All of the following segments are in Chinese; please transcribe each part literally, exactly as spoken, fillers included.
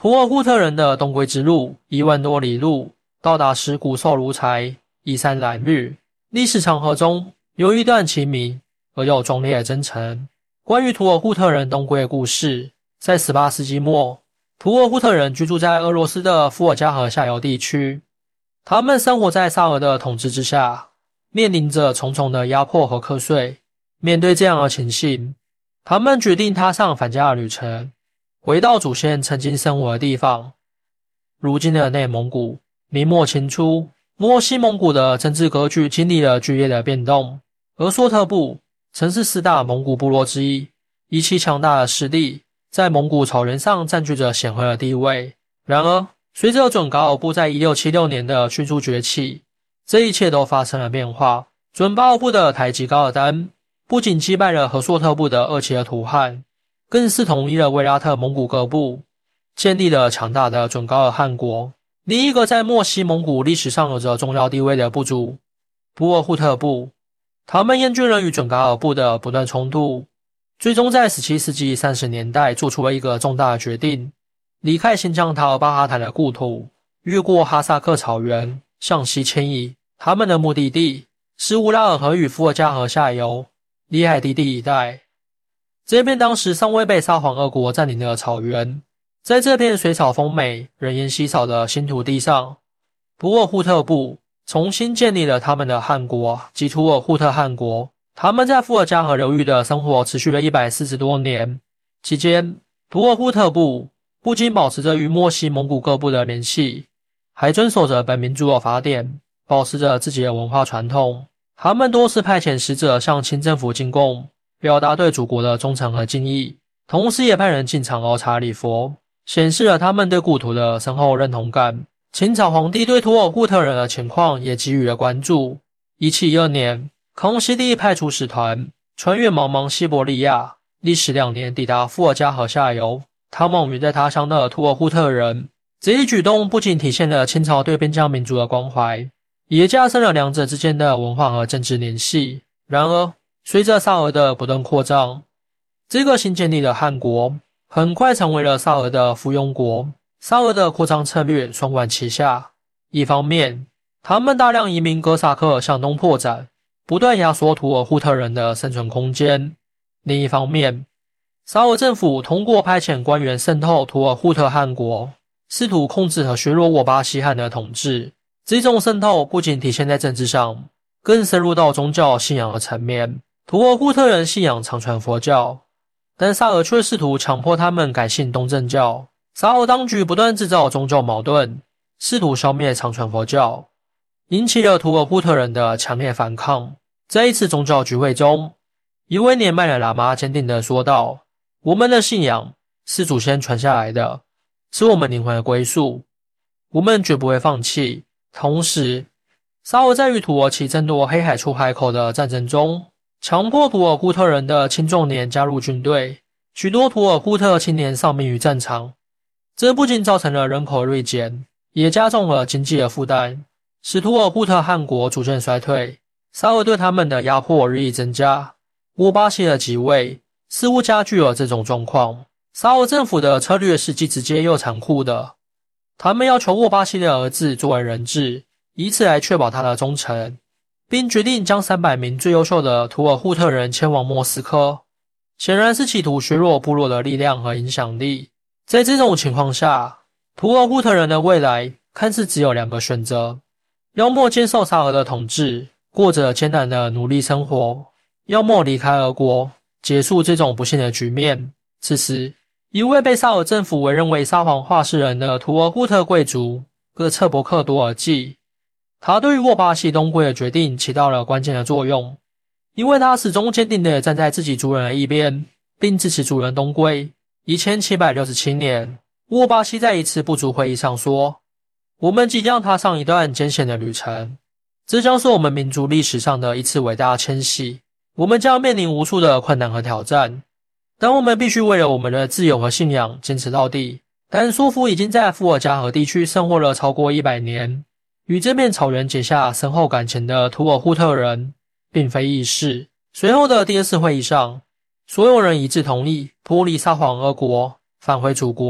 图尔扈特人的东归之路一万多里路，到达时骨瘦如柴，衣衫褴褛。历史长河中有一段奇迷而又壮烈的征程。关于图尔扈特人东归的故事，在十八世纪末，图尔扈特人居住在俄罗斯的伏尔加河下游地区，他们生活在沙俄的统治之下，面临着重重的压迫和课税。面对这样的情形，他们决定踏上返家的旅程，回到祖先曾经生活的地方。如今的内蒙古，明末清初，莫西蒙古的政治格局经历了剧烈的变动，而索特部曾是四大蒙古部落之一，以其强大的势力，在蒙古草原上占据着显赫的地位。然而，随着准噶尔部在一六七六年的迅速崛起，这一切都发生了变化。准噶尔部的台吉噶尔丹不仅击败了和索特部的二期的图汗，更是统一了维拉特蒙古各部，建立了强大的准噶尔汗国。另一个在莫西蒙古历史上有着重要地位的部族图尔扈特部，他们厌倦了与准噶尔部的不断冲突，最终在十七世纪三十年代做出了一个重大的决定，离开新疆塔尔巴哈坦的故土，越过哈萨克草原向西迁移。他们的目的地是乌拉尔河与伏尔加河下游里海地地一带，这片当时尚未被沙皇俄国占领的草原。在这片水草丰美、人烟稀少的新土地上，图尔扈特部重新建立了他们的汗国及图尔扈特汗国。他们在伏尔加河流域的生活持续了一百四十多年，期间图尔扈特部不仅保持着与莫西蒙古各部的联系，还遵守着本民族的法典，保持着自己的文化传统。他们多次派遣使者向清政府进贡，表达对祖国的忠诚和敬意，同时也派人进场熬茶礼佛，显示了他们对故土的深厚认同感。清朝皇帝对图尔扈特人的情况也给予了关注。一七一二年，康熙帝派出使团穿越茫茫西伯利亚，历时两年抵达伏尔加河下游，探望远在他乡的图尔扈特人。这一举动不仅体现了清朝对边疆民族的关怀，也加深了两者之间的文化和政治联系。然而，随着沙俄的不断扩张，这个新建立的汗国很快成为了沙俄的附庸国。沙俄的扩张策略双管齐下，一方面，他们大量移民哥萨克向东扩展，不断压缩图尔扈特人的生存空间；另一方面，沙俄政府通过派遣官员渗透图尔扈特汗国，试图控制和削弱沃巴西汗的统治。这种渗透不仅体现在政治上，更深入到宗教信仰的层面。图尔扈特人信仰藏传佛教，但沙俄却试图强迫他们改信东正教。沙俄当局不断制造宗教矛盾，试图消灭藏传佛教，引起了图尔扈特人的强烈反抗。在一次宗教聚会中，一位年迈的喇嘛坚定地说道：“我们的信仰是祖先传下来的，是我们灵魂的归宿，我们绝不会放弃。”同时，沙俄在与土耳其争夺黑海出海口的战争中，强迫图尔扈特人的青壮年加入军队，许多图尔扈特青年丧命于战场。这不仅造成了人口锐减，也加重了经济的负担，使图尔扈特汗国逐渐衰退。沙俄对他们的压迫日益增加，沃巴西的即位似乎加剧了这种状况。沙俄政府的策略是既直接又残酷的，他们要求沃巴西的儿子作为人质，以此来确保他的忠诚，并决定将三百名最优秀的图尔扈特人迁往莫斯科，显然是企图削弱部落的力量和影响力。在这种情况下，图尔扈特人的未来看似只有两个选择，要么接受沙俄的统治，过着艰难的奴隶生活，要么离开俄国，结束这种不幸的局面。此时，一位被沙俄政府委任为沙皇话事人的图尔扈特贵族哥彻伯克多尔济，他对于沃巴西东归的决定起到了关键的作用，因为他始终坚定地站在自己族人的一边，并支持族人东归。一千七百六十七年，沃巴西在一次部族会议上说：“我们即将踏上一段艰险的旅程，这将是我们民族历史上的一次伟大迁徙。我们将面临无数的困难和挑战，但我们必须为了我们的自由和信仰坚持到底。”但叔父已经在伏尔加河地区生活了超过一百年，与这片草原结下深厚感情的图尔扈特人并非易事。随后的第二次会议上，所有人一致同意脱离沙皇俄国，返回祖国。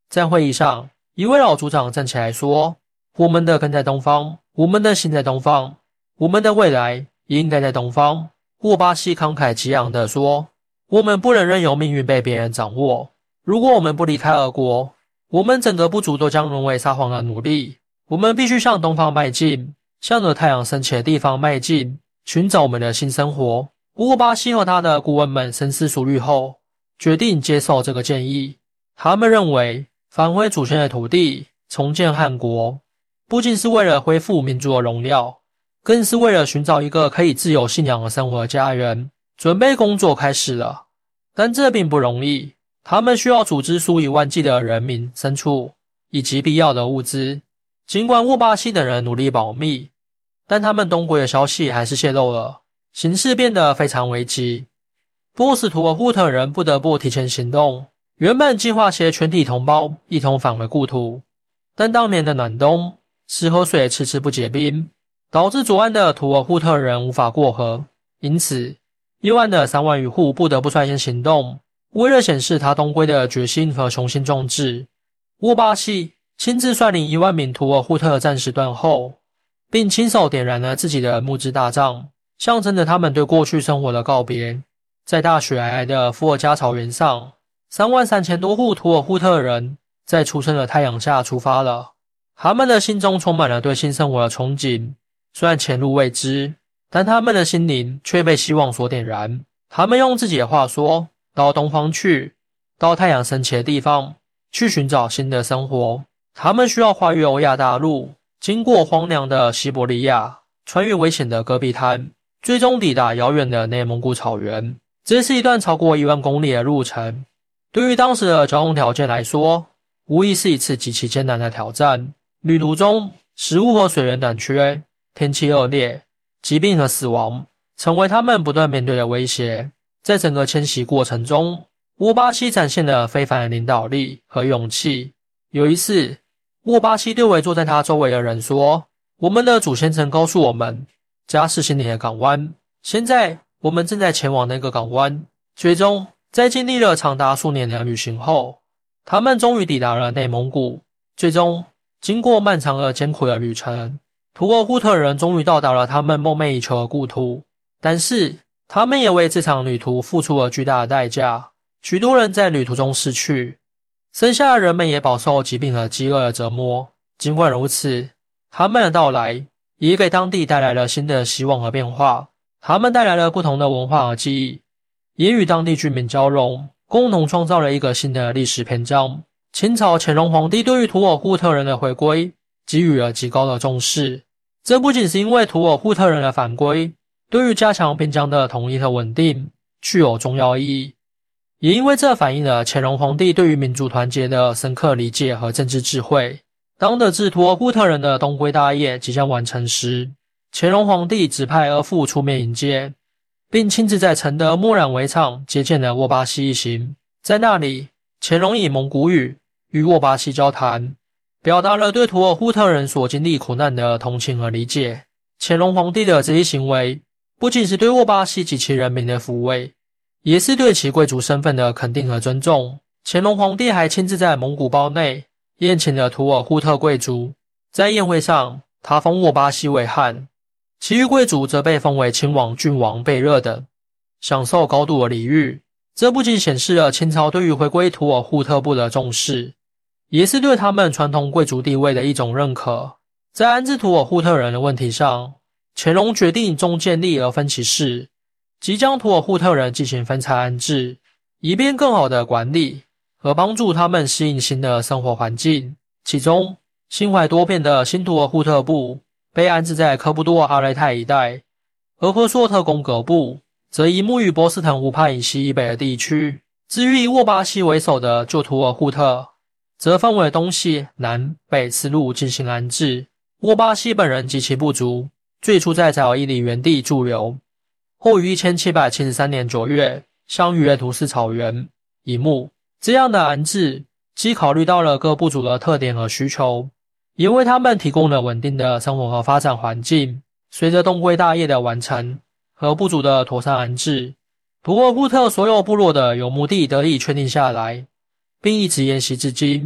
在会议上，一位老族长站起来说：“我们的根在东方，我们的心在东方，我们的未来也应该在东方。”沃巴西慷慨激昂地说：“我们不能任由命运被别人掌握。如果我们不离开俄国，我们整个部族都将沦为撒谎的奴隶。我们必须向东方迈进，向着太阳升起的地方迈进，寻找我们的新生活。”沃巴西和他的顾问们深思熟虑后，决定接受这个建议。他们认为，返回祖先的土地，重建汉国，不仅是为了恢复民族的荣耀，更是为了寻找一个可以自由信仰的生活的家园。准备工作开始了，但这并不容易。他们需要组织数以万计的人民、牲畜以及必要的物资。尽管沃巴西等人努力保密，但他们东归的消息还是泄露了，形势变得非常危急。波斯图尔扈特人不得不提前行动。原本计划携全体同胞一同返回故土，但当年的暖冬使河水迟迟不结冰，导致左岸的图尔扈特人无法过河。因此，右岸的三万余户不得不率先行动。为了显示他东归的决心和雄心壮志，沃巴西亲自率领一万名图尔扈特战士断后，并亲手点燃了自己的木质大帐，象征着他们对过去生活的告别。在大雪皑皑的伏尔加草原上，三万三千多户图尔扈特人在初升的太阳下出发了。他们的心中充满了对新生活的憧憬，虽然前路未知，但他们的心灵却被希望所点燃。他们用自己的话说：“到东方去，到太阳升起的地方，去寻找新的生活。”他们需要跨越欧亚大陆，经过荒凉的西伯利亚，穿越危险的戈壁滩，最终抵达遥远的内蒙古草原。这是一段超过一万公里的路程，对于当时的交通条件来说，无疑是一次极其艰难的挑战。旅途中，食物和水源短缺，天气恶劣，疾病和死亡成为他们不断面对的威胁。在整个迁徙过程中，沃巴西展现了非凡的领导力和勇气。有一次，沃巴西对围坐在他周围的人说：“我们的祖先曾告诉我们，家是心灵的港湾。现在，我们正在前往那个港湾。”最终，在经历了长达数年的旅行后，他们终于抵达了内蒙古。最终，经过漫长而艰苦的旅程，图尔扈特人终于到达了他们梦寐以求的故土。但是，他们也为这场旅途付出了巨大的代价。许多人在旅途中逝去，剩下的人们也饱受疾病和饥饿的折磨。尽管如此，他们的到来也给当地带来了新的希望和变化。他们带来了不同的文化和记忆，也与当地居民交融，共同创造了一个新的历史篇章。清朝乾隆皇帝对于图尔扈特人的回归给予了极高的重视，这不仅是因为图尔扈特人的返归对于加强边疆的统一和稳定具有重要意义，也因为这反映了乾隆皇帝对于民族团结的深刻理解和政治智慧。当得知图尔扈特人的东归大业即将完成时，乾隆皇帝指派儿父出面迎接，并亲自在承德莫染围场接见了沃巴西一行。在那里，乾隆以蒙古语与沃巴西交谈，表达了对图尔扈特人所经历苦难的同情和理解。乾隆皇帝的这一行为不仅是对沃巴西及其人民的抚慰，也是对其贵族身份的肯定和尊重。乾隆皇帝还亲自在蒙古包内宴请了图尔扈特贵族，在宴会上，他封沃巴西为汗，其余贵族则被封为亲王、郡王、贝勒等，享受高度的礼遇。这不仅显示了清朝对于回归图尔扈特部的重视，也是对他们传统贵族地位的一种认可。在安置图尔扈特人的问题上，乾隆决定重建立而分其事，即将图尔扈特人进行分拆安置，以便更好的管理和帮助他们适应新的生活环境。其中，心怀多变的新图尔扈特部被安置在科布多阿雷泰一带，而赫硕特公格部则移牧于波斯腾湖畔以西以北的地区。至于以沃巴西为首的旧图尔扈特，则分为东西南北四路进行安置。沃巴西本人及其部族最初在早伊犁原地驻留，后于一千七百七十三年九月相遇图斯草原移牧。这样的安置既考虑到了各部族的特点和需求，也为他们提供了稳定的生活和发展环境。随着东归大业的完成和部族的妥善安置，图尔扈特所有部落的游牧地得以确定下来，并一直沿袭至今。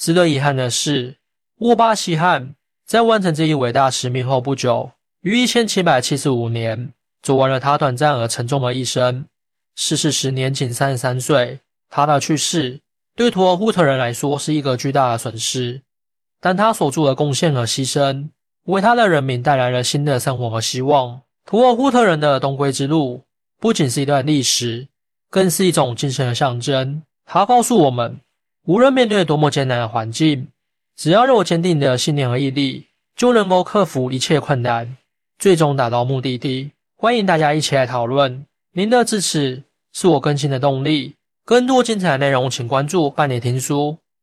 值得遗憾的是，沃巴西汉在完成这一伟大使命后不久，于一千七百七十五年走完了他短暂而沉重的一生，逝世时年仅三十三岁。他的去世对图尔扈特人来说是一个巨大的损失，但他所做的贡献和牺牲为他的人民带来了新的生活和希望。图尔扈特人的东归之路不仅是一段历史，更是一种精神的象征。它告诉我们，无论面对多么艰难的环境，只要有坚定的信念和毅力，就能够克服一切困难，最终达到目的地。欢迎大家一起来讨论，您的支持是我更新的动力。更多精彩内容请关注伴你听书。